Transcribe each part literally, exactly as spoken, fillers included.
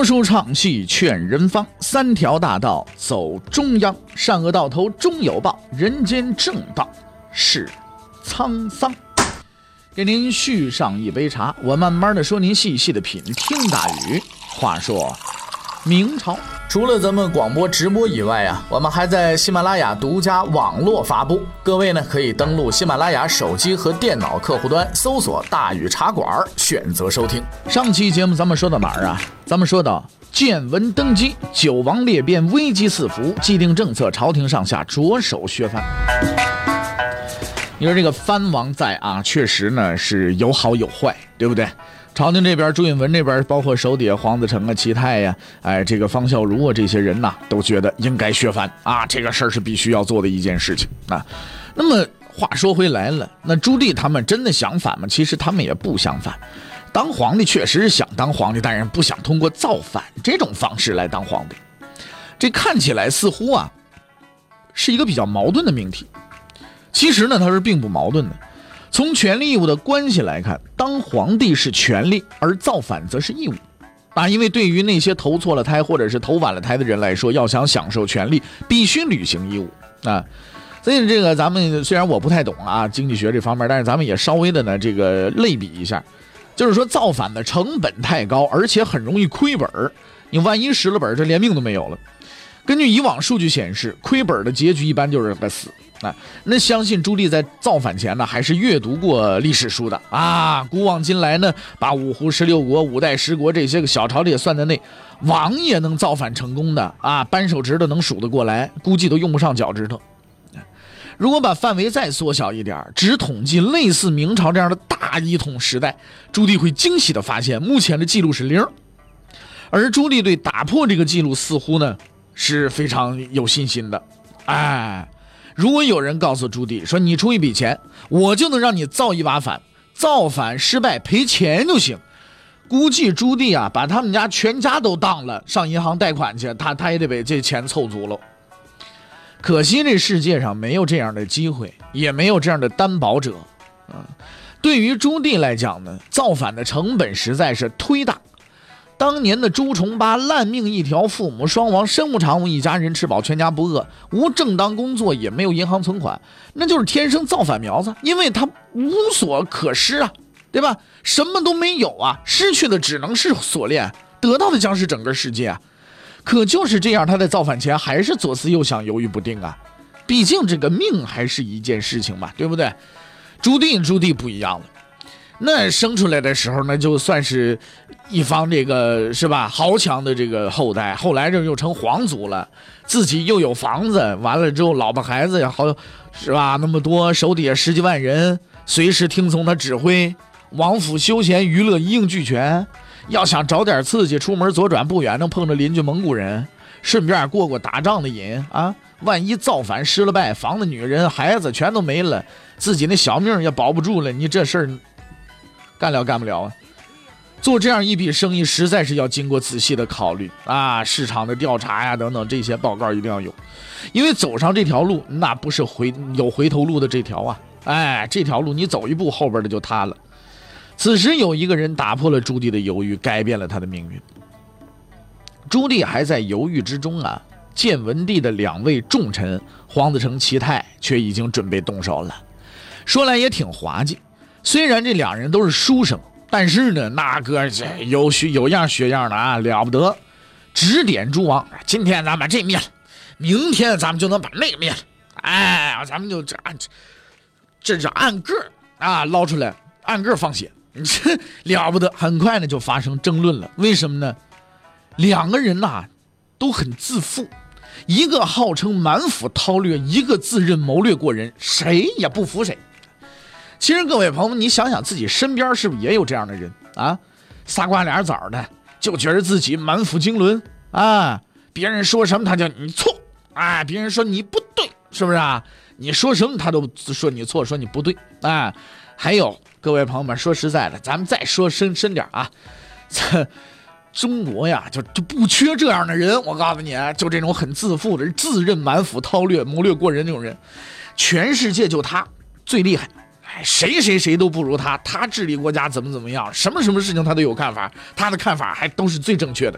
说书唱戏劝人方，三条大道走中央，善恶到头终有报，人间正道是沧桑。给您续上一杯茶，我慢慢的说，您细细的品。听大禹。话说明朝除了咱们广播直播以外啊，我们还在喜马拉雅独家网络发布。各位呢可以登录喜马拉雅手机和电脑客户端，搜索大禹茶馆，选择收听。上期节目咱们说到哪儿啊？咱们说到建文登基，九王列变，危机四伏，既定政策，朝廷上下着手削藩。你说这个藩王在啊，确实呢是有好有坏，对不对？朝廷这边，朱允文这边，包括手底下黄子成啊、齐泰呀、啊，哎，这个方孝孺啊，这些人呐，都觉得应该削藩啊，这个事儿是必须要做的一件事情啊。那么话说回来了，那朱棣他们真的想反吗？其实他们也不想反。当皇帝确实是想当皇帝，但是不想通过造反这种方式来当皇帝。这看起来似乎啊是一个比较矛盾的命题，其实呢它是并不矛盾的。从权利义务的关系来看，当皇帝是权利，而造反则是义务啊。因为对于那些投错了胎或者是投晚了胎的人来说，要想享受权利，必须履行义务啊。所以这个咱们虽然我不太懂啊经济学这方面，但是咱们也稍微的呢这个类比一下，就是说造反的成本太高，而且很容易亏本，你万一失了本，这连命都没有了。根据以往数据显示，亏本的结局一般就是个死。啊，那相信朱棣在造反前呢，还是阅读过历史书的啊。古往今来呢，把五胡十六国、五代十国这些个小朝代也算在内，王爷能造反成功的啊，扳手指头能数得过来，估计都用不上脚趾头。如果把范围再缩小一点，只统计类似明朝这样的大一统时代，朱棣会惊喜地发现，目前的记录是零。而朱棣对打破这个记录似乎呢是非常有信心的，哎。如果有人告诉朱棣说，你出一笔钱，我就能让你造一把反，造反失败赔钱就行，估计朱棣啊把他们家全家都当了，上银行贷款去，他他也得把这钱凑足了。可惜这世界上没有这样的机会，也没有这样的担保者啊。对于朱棣来讲呢，造反的成本实在是忒大。当年的朱重八烂命一条，父母双亡，身无长物，一家人吃饱全家不饿，无正当工作，也没有银行存款，那就是天生造反苗子，因为他无所可施啊，对吧？什么都没有啊，失去的只能是锁链，得到的将是整个世界啊。可就是这样，他在造反前还是左思右想，犹豫不定啊。毕竟这个命还是一件事情嘛，对不对？朱棣朱棣不一样了。那生出来的时候呢，就算是一方这个是吧豪强的这个后代，后来这又成皇族了，自己又有房子，完了之后老婆孩子也好是吧那么多，手底下十几万人，随时听从他指挥，王府休闲娱乐一应俱全。要想找点刺激，出门左转不远能碰着邻居蒙古人，顺便过过打仗的瘾啊。万一造反失了败，房子女人孩子全都没了，自己那小命也保不住了，你这事儿干了干不了啊！做这样一笔生意，实在是要经过仔细的考虑啊，市场的调查呀，等等这些报告一定要有，因为走上这条路，那不是回有回头路的这条啊！哎，这条路你走一步，后边的就塌了。此时有一个人打破了朱棣的犹豫，改变了他的命运。朱棣还在犹豫之中啊，建文帝的两位重臣黄子成、齐泰却已经准备动手了。说来也挺滑稽。虽然这两人都是书生，但是呢，那个有学有样学样的啊，了不得。指点诸王，今天咱把这灭了，明天咱们就能把那个灭了。哎，咱们就这按这是按个啊捞出来，按个放血，这了不得。很快呢就发生争论了，为什么呢？两个人呐、啊、都很自负，一个号称满腹韬略，一个自认谋略过人，谁也不服谁。其实各位朋友，你想想自己身边是不是也有这样的人啊？仨瓜俩枣的，就觉得自己满腹经纶啊，别人说什么他就你错啊，别人说你不对，是不是啊？你说什么他都说你错，说你不对啊。还有各位朋友们，说实在的，咱们再说深深点啊，中国呀就就不缺这样的人。我告诉你，就这种很自负的，自认满腹韬略、谋略过人那种人，全世界就他最厉害。谁谁谁都不如他，他治理国家怎么怎么样，什么什么事情他都有看法，他的看法还都是最正确的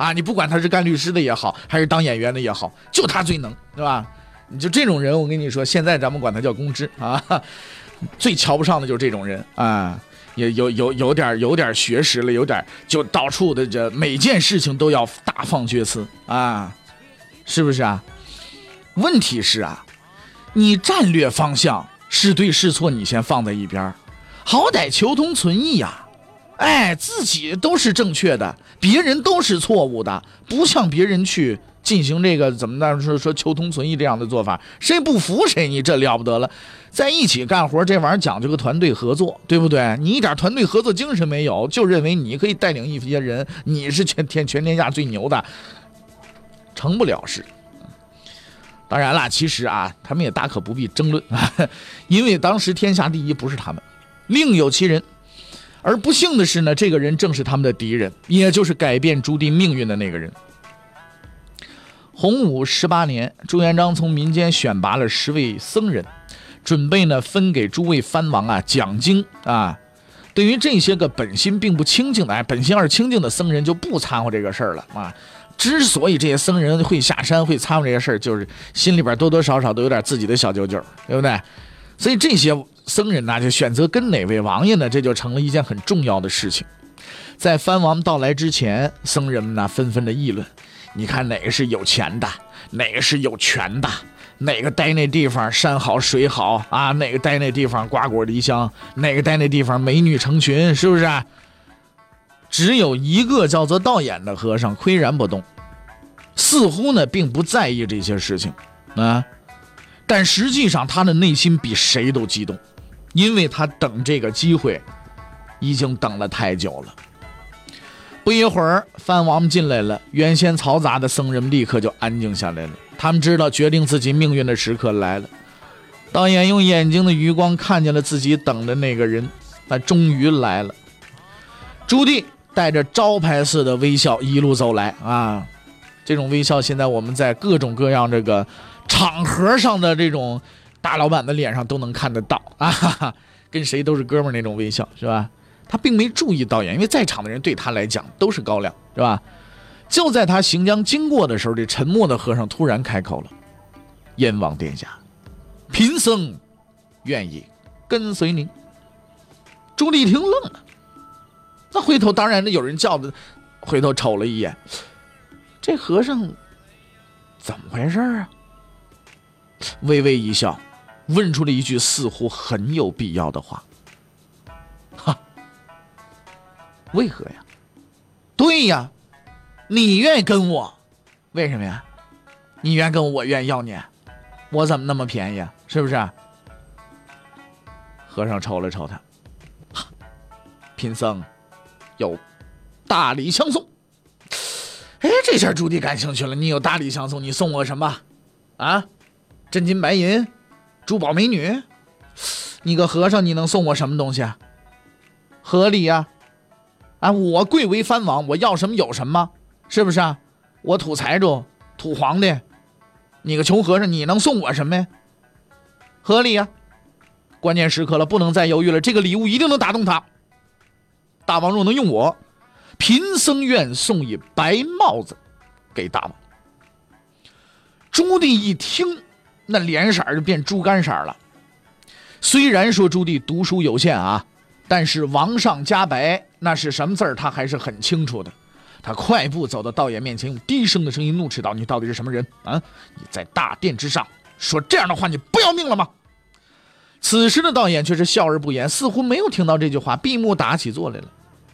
啊！你不管他是干律师的也好，还是当演员的也好，就他最能，对吧？你就这种人，我跟你说，现在咱们管他叫公知啊，最瞧不上的就是这种人啊，也有有有点有点学识了，有点就到处的这每件事情都要大放厥词啊，是不是啊？问题是啊，你战略方向是对是错，你先放在一边，好歹求同存异呀、啊。哎，自己都是正确的，别人都是错误的，不向别人去进行这个怎么的说说求同存异这样的做法，谁不服谁，你这了不得了。在一起干活这玩意儿讲究个团队合作，对不对？你一点团队合作精神没有，就认为你可以带领一些人，你是全天全天下最牛的，成不了事。当然了，其实啊，他们也大可不必争论，因为当时天下第一不是他们，另有其人。而不幸的是呢，这个人正是他们的敌人，也就是改变朱棣命运的那个人。洪武十八年，朱元璋从民间选拔了十位僧人，准备呢分给诸位藩王啊讲经啊。对于这些个本心并不清净的，哎，本心要是清净的僧人就不掺和这个事儿了啊。之所以这些僧人会下山会掺和这些事儿，就是心里边多多少少都有点自己的小九九，对不对？所以这些僧人呢就选择跟哪位王爷呢，这就成了一件很重要的事情。在藩王到来之前，僧人们呢纷纷的议论，你看哪个是有钱的，哪个是有权的，哪个待那地方山好水好啊，哪个待那地方瓜果梨香，哪个待那地方美女成群，是不是？只有一个叫做道衍的和尚岿然不动，似乎呢并不在意这些事情啊。但实际上他的内心比谁都激动，因为他等这个机会已经等了太久了。不一会儿，藩王们进来了，原先嘈杂的僧人们立刻就安静下来了。他们知道决定自己命运的时刻来了。导演用眼睛的余光看见了自己等的那个人，他终于来了。朱棣带着招牌似的微笑一路走来啊，这种微笑现在我们在各种各样这个场合上的这种大老板的脸上都能看得到啊，哈哈，跟谁都是哥们儿那种微笑，是吧？他并没注意导演，因为在场的人对他来讲都是高粱，是吧？就在他行将经过的时候，这沉默的和尚突然开口了：“燕王殿下，贫僧愿意跟随您。”朱棣听愣了，那回头当然有人叫的，回头瞅了一眼，这和尚怎么回事啊？微微一笑，问出了一句似乎很有必要的话：“哈，为何呀？”“对呀，你愿意跟我，为什么呀？你愿意跟我，我愿意要你，我怎么那么便宜啊？是不是？”和尚瞅了瞅他：“贫僧有大礼相送。”哎，这下朱棣感兴趣了，你有大礼相送，你送我什么啊？真金白银，珠宝美女？你个和尚，你能送我什么东西啊？合理呀！啊，我贵为藩王，我要什么有什么，是不是啊？我土财主，土皇帝，你个穷和尚，你能送我什么呀？合理呀！关键时刻了，不能再犹豫了，这个礼物一定能打动他。大王若能用我，贫僧愿送一白帽子给大王。朱棣一听，那脸色就变猪肝色了。虽然说朱棣读书有限啊，但是王上加白那是什么字儿，他还是很清楚的。他快步走到道衍面前，用低声的声音怒斥道：“你到底是什么人啊？你在大殿之上说这样的话，你不要命了吗？”此时的道衍却是笑而不言，似乎没有听到这句话，闭目打起坐来了。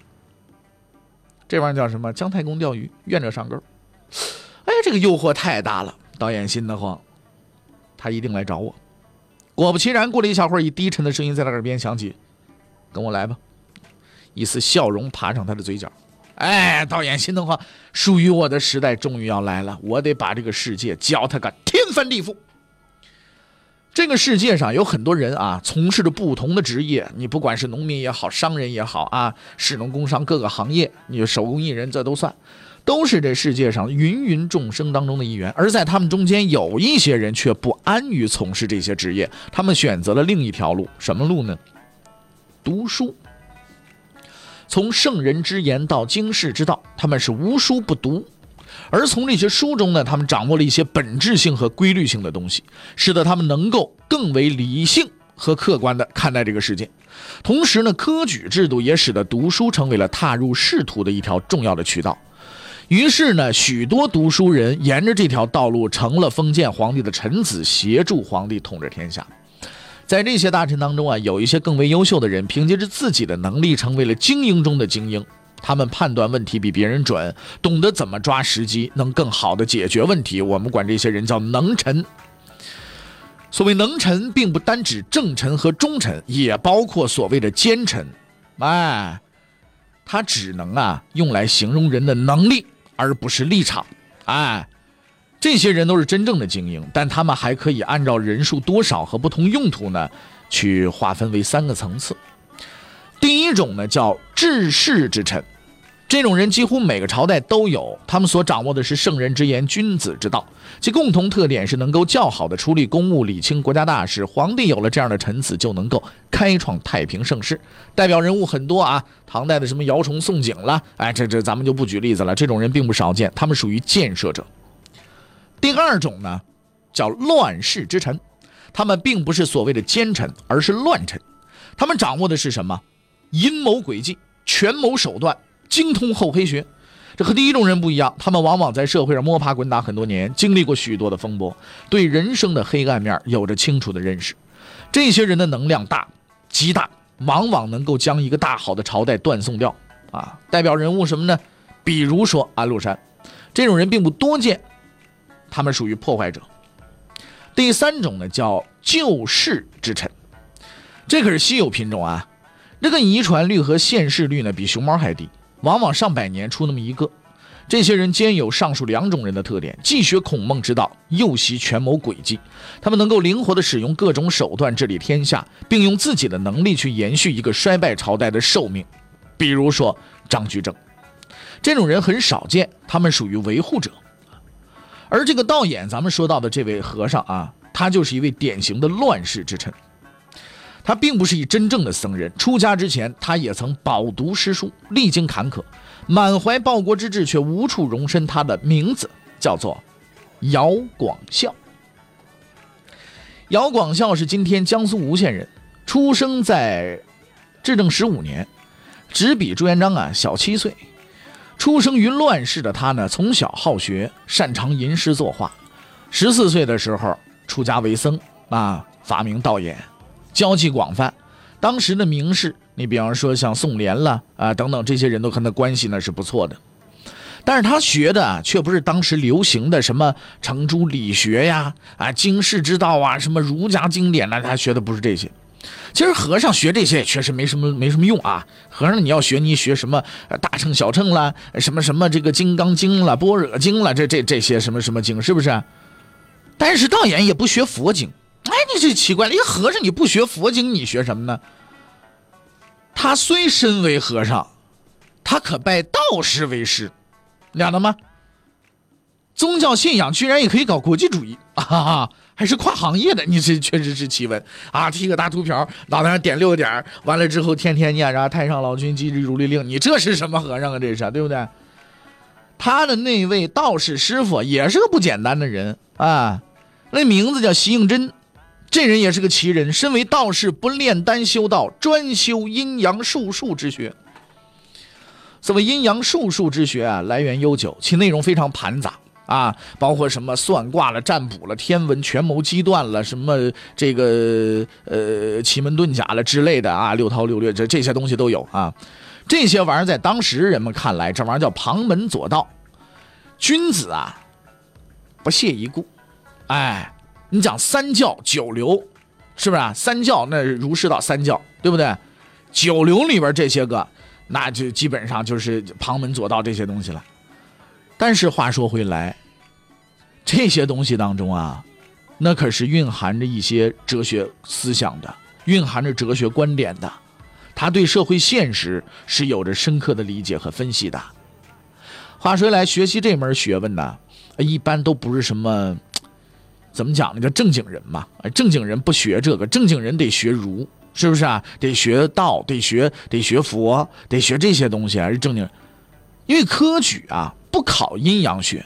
这玩意儿叫什么？姜太公钓鱼，愿者上钩。哎，这个诱惑太大了，导演心得慌，他一定来找我。果不其然，过了一小会儿，以低沉的声音在他耳边响起：“跟我来吧。”一丝笑容爬上他的嘴角。哎，导演心得慌，属于我的时代终于要来了，我得把这个世界教他个天翻地覆。这个世界上有很多人啊，从事着不同的职业，你不管是农民也好，商人也好啊，士农工商各个行业，你手工艺人这都算，都是这世界上芸芸众生当中的一员。而在他们中间有一些人却不安于从事这些职业，他们选择了另一条路。什么路呢？读书。从圣人之言到经世之道，他们是无书不读， 而从这些书中呢，他们掌握了一些本质性和规律性的东西，使得他们能够更为理性和客观地看待这个世界。同时呢，科举制度也使得读书成为了踏入仕途的一条重要的渠道。于是呢，许多读书人沿着这条道路成了封建皇帝的臣子，协助皇帝统治天下。在这些大臣当中啊，有一些更为优秀的人，凭借着自己的能力成为了精英中的精英。他们判断问题比别人准，懂得怎么抓时机，能更好的解决问题。我们管这些人叫能臣。所谓能臣，并不单指正臣和忠臣，也包括所谓的奸臣。哎，它只能啊用来形容人的能力，而不是立场。哎，这些人都是真正的精英，但他们还可以按照人数多少和不同用途呢，去划分为三个层次。第一种呢叫治世之臣，这种人几乎每个朝代都有，他们所掌握的是圣人之言，君子之道，其共同特点是能够较好的处理公务，理清国家大事。皇帝有了这样的臣子，就能够开创太平盛世。代表人物很多啊，唐代的什么姚崇、宋璟了，哎，这这咱们就不举例子了，这种人并不少见，他们属于建设者。第二种呢叫乱世之臣，他们并不是所谓的奸臣，而是乱臣。他们掌握的是什么？阴谋诡计，权谋手段，精通厚黑学。这和第一种人不一样，他们往往在社会上摸爬滚打很多年，经历过许多的风波，对人生的黑暗面有着清楚的认识。这些人的能量大，极大，往往能够将一个大好的朝代断送掉啊！代表人物什么呢？比如说安禄山，这种人并不多见，他们属于破坏者。第三种呢叫救世之臣，这可是稀有品种啊！这个遗传率和现世率呢比熊猫还低，往往上百年出那么一个。这些人兼有上述两种人的特点，既学孔孟之道，又习权谋诡计。他们能够灵活地使用各种手段治理天下，并用自己的能力去延续一个衰败朝代的寿命。比如说张居正，这种人很少见，他们属于维护者。而这个道衍咱们说到的这位和尚啊，他就是一位典型的乱世之臣。他并不是一真正的僧人，出家之前他也曾饱读诗书，历经坎坷，满怀报国之志，却无处容身。他的名字叫做姚广孝。姚广孝是今天江苏吴县人，出生在至正十五年，只比朱元璋啊小七岁。出生于乱世的他呢，从小好学，擅长吟诗作画。十四岁的时候出家为僧啊，发明道衍，交际广泛。当时的名士，你比方说像宋濂了啊等等，这些人都跟他关系呢是不错的。但是他学的啊，却不是当时流行的什么程朱理学呀、啊经世之道啊、什么儒家经典啊，他学的不是这些。其实和尚学这些也确实没什么没什么用啊。和尚你要学，你学什么大乘小乘啦，什么什么这个金刚经啦、般若经啦，这这这些什么什么经，是不是？但是道衍也不学佛经。哎，你这奇怪了，一个和尚你不学佛经，你学什么呢？他虽身为和尚，他可拜道士为师，了得吗？宗教信仰居然也可以搞国际主义啊！还是跨行业的，你这确实是奇闻啊！剃个大秃瓢，脑袋上点六点，完了之后天天念着太上老君即日如律令，你这是什么和尚啊？这是对不对？他的那位道士师傅也是个不简单的人啊，那名字叫习应真。这人也是个奇人，身为道士不炼丹修道，专修阴阳术数之学。所谓阴阳术数之学啊，来源悠久，其内容非常繁杂啊，包括什么算卦了、占卜了、天文、权谋、机断了，什么这个呃奇门遁甲了之类的啊，六韬六略，这这些东西都有啊。这些玩意儿在当时人们看来，这玩意儿叫旁门左道。君子啊，不屑一顾。哎，你讲三教九流，是不是啊？三教那儒释道三教，对不对？九流里边这些个，那就基本上就是旁门左道这些东西了。但是话说回来，这些东西当中啊，那可是蕴含着一些哲学思想的，蕴含着哲学观点的，他对社会现实是有着深刻的理解和分析的。话说来，学习这门学问呢，一般都不是什么怎么讲呢，叫正经人嘛。正经人不学这个，正经人得学儒，是不是啊？得学道，得学得学佛，得学这些东西啊，是正经人。因为科举啊不考阴阳学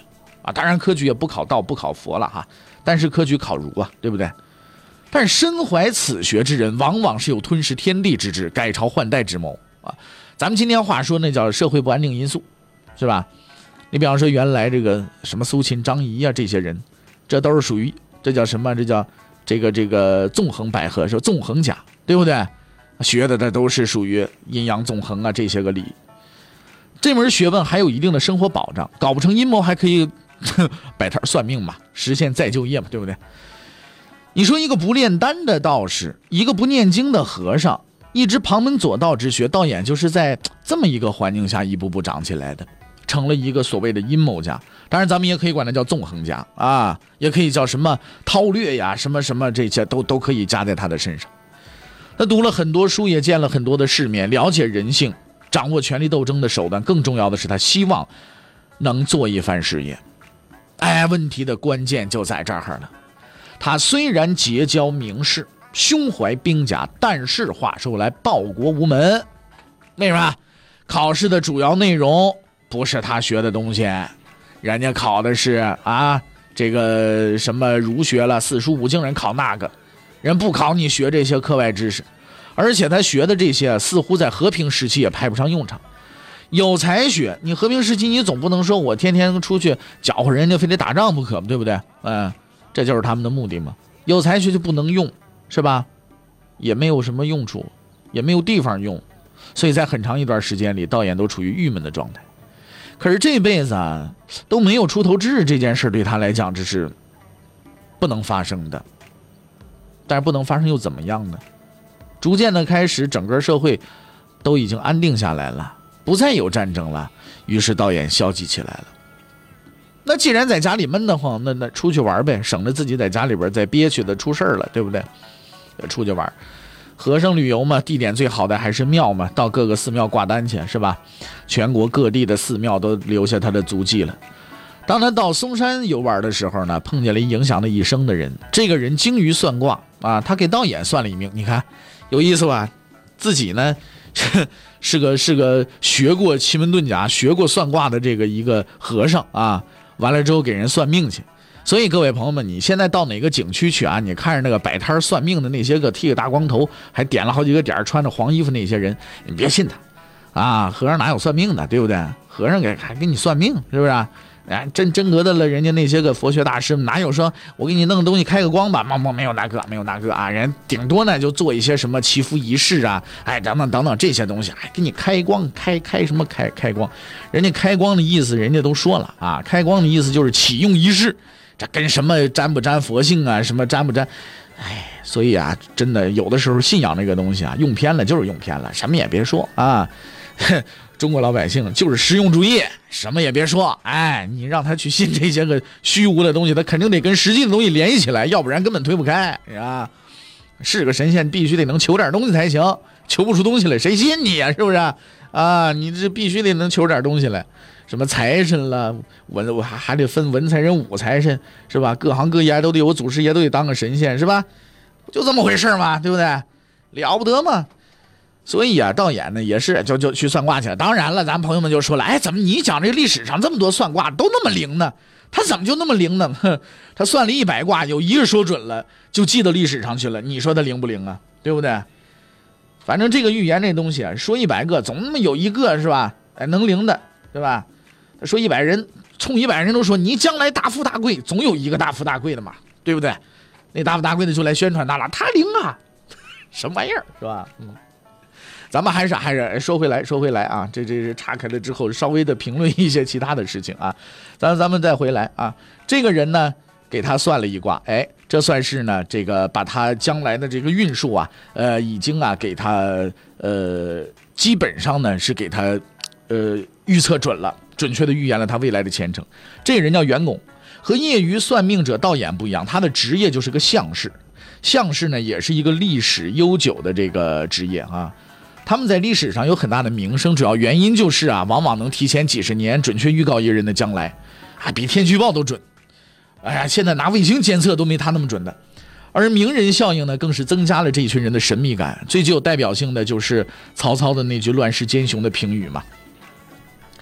啊。当然科举也不考道不考佛了哈，但是科举考儒啊，对不对？但是身怀此学之人，往往是有吞噬天地之志、改朝换代之谋啊。咱们今天话说，那叫社会不安定因素，是吧？你比方说原来这个什么苏秦、张仪啊这些人，这都是属于这叫什么？这叫这个这个纵横捭阖，是纵横家，对不对？学的的都是属于阴阳纵横啊这些个理。这门学问还有一定的生活保障，搞不成阴谋还可以摆摊算命嘛，实现再就业嘛，对不对？你说一个不炼丹的道士，一个不念经的和尚，一直旁门左道之学，道衍就是在这么一个环境下一步步长起来的，成了一个所谓的阴谋家。当然咱们也可以管它叫纵横家啊，也可以叫什么韬略呀，什么什么这些都都可以加在他的身上。他读了很多书，也见了很多的世面，了解人性，掌握权力斗争的手段，更重要的是他希望能做一番事业。哎，问题的关键就在这儿了。他虽然结交名士，胸怀兵甲，但是话说来报国无门。为什么？考试的主要内容不是他学的东西，人家考的是啊这个什么儒学了，四书五经，人考那个，人不考你学这些课外知识。而且他学的这些似乎在和平时期也派不上用场。有才学，你和平时期你总不能说我天天出去搅和人家，非得打仗不可，对不对？嗯，这就是他们的目的嘛。有才学就不能用，是吧？也没有什么用处，也没有地方用，所以在很长一段时间里，道衍都处于郁闷的状态。可是这辈子啊都没有出头之日，这件事对他来讲这是不能发生的。但是不能发生又怎么样呢？逐渐的开始，整个社会都已经安定下来了，不再有战争了，于是道衍消极起来了。那既然在家里闷得慌，那那出去玩呗，省得自己在家里边再憋屈的出事了，对不对？出去玩，和尚旅游嘛，地点最好的还是庙嘛，到各个寺庙挂单去，是吧？全国各地的寺庙都留下他的足迹了。当他到嵩山游玩的时候呢，碰见了影响了一生的人。这个人精于算卦啊，他给道衍算了一命。你看有意思吧？自己呢是个是个学过奇门遁甲、学过算卦的这个一个和尚啊，完了之后给人算命去。所以各位朋友们，你现在到哪个景区去啊？你看着那个摆摊算命的那些个剃个大光头，还点了好几个点，穿着黄衣服那些人，你别信他啊！和尚哪有算命的，对不对？和尚给还给你算命，是不是？哎，真真格的了，人家那些个佛学大师哪有说我给你弄个东西开个光吧？没没没有那个，没有那个啊！人顶多呢就做一些什么祈福仪式啊，哎等等等等这些东西，哎给你开光，开开什么开开光？人家开光的意思，人家都说了啊，开光的意思就是启用仪式，这跟什么沾不沾佛性啊，什么沾不沾？哎，所以啊，真的有的时候信仰这个东西啊，用偏了就是用偏了，什么也别说啊。中国老百姓就是实用主义，什么也别说，哎，你让他去信这些个虚无的东西，他肯定得跟实际的东西联系起来，要不然根本推不开啊。是个神仙必须得能求点东西才行，求不出东西来谁信你呀？是不是啊？你这必须得能求点东西来，什么财神了，文还还得分文财神、武财神，是吧？各行各业都得有祖师爷，都得当个神仙，是吧？就这么回事嘛，对不对？了不得嘛。所以啊，道衍呢也是就就去算卦去了。当然了，咱朋友们就说了，哎，怎么你讲这历史上这么多算卦都那么灵呢？他怎么就那么灵呢？哼，他算了一百卦，有一个说准了，就记到历史上去了。你说他灵不灵啊？对不对？反正这个预言这东西啊，说一百个，总那么有一个是吧？哎，能灵的，对吧？他说一百人，冲一百人都说你将来大富大贵，总有一个大富大贵的嘛，对不对？那大富大贵的就来宣传他了，他灵啊，什么玩意儿是吧？嗯。咱们还是还是说回来说回来啊，这这是岔开了之后，稍微的评论一些其他的事情啊。咱咱们再回来啊，这个人呢给他算了一卦，哎，这算是呢这个把他将来的这个运数啊，呃，已经啊给他呃基本上呢是给他呃预测准了，准确的预言了他未来的前程。这个人叫袁拱，和业余算命者道衍不一样，他的职业就是个相士，相士呢也是一个历史悠久的这个职业啊。他们在历史上有很大的名声，主要原因就是啊，往往能提前几十年准确预告一个人的将来，啊，比天气预报都准。哎呀，现在拿卫星监测都没他那么准的。而名人效应呢，更是增加了这一群人的神秘感。最具有代表性的就是曹操的那句乱世奸雄的评语嘛。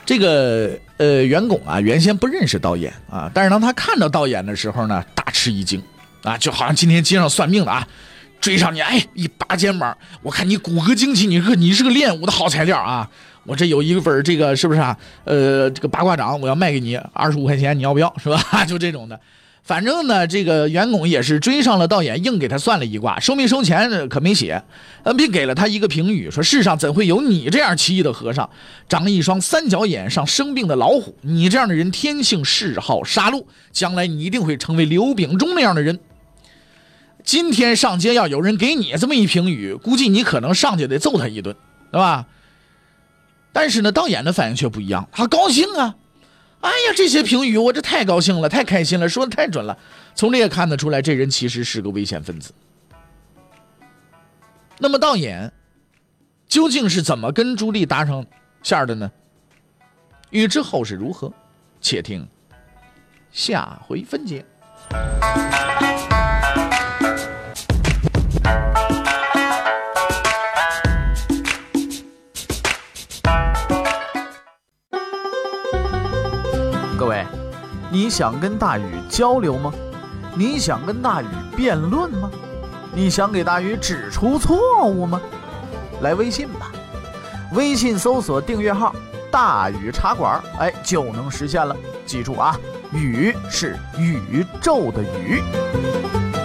这个呃袁拱啊，原先不认识道衍啊，但是当他看到道衍的时候呢，大吃一惊啊，就好像今天街上算命的啊，追上你，哎，一拔肩膀，我看你骨骼惊奇，你是你是个练武的好材料啊，我这有一份这个是不是啊？呃，这个八卦掌我要卖给你二十五块钱，你要不要？是吧？就这种的。反正呢，这个袁拱也是追上了道衍，硬给他算了一卦，收没收钱可没写，呃，并给了他一个评语，说世上怎会有你这样奇异的和尚，长了一双三角眼，像生病的老虎。你这样的人天性嗜好杀戮，将来你一定会成为刘秉忠那样的人。今天上街要有人给你这么一评语，估计你可能上去得揍他一顿，对吧？但是呢，道衍的反应却不一样，他高兴啊。哎呀，这些评语我这太高兴了，太开心了，说的太准了。从这也看得出来，这人其实是个危险分子。那么道衍究竟是怎么跟朱棣搭上线的呢？欲知后事如何，且听下回分解。 各位，你想跟大禹交流吗？你想跟大禹辩论吗？你想给大禹指出错误吗？来微信吧，微信搜索订阅号大禹茶馆，哎，就能实现了。记住啊，禹是宇宙的宇。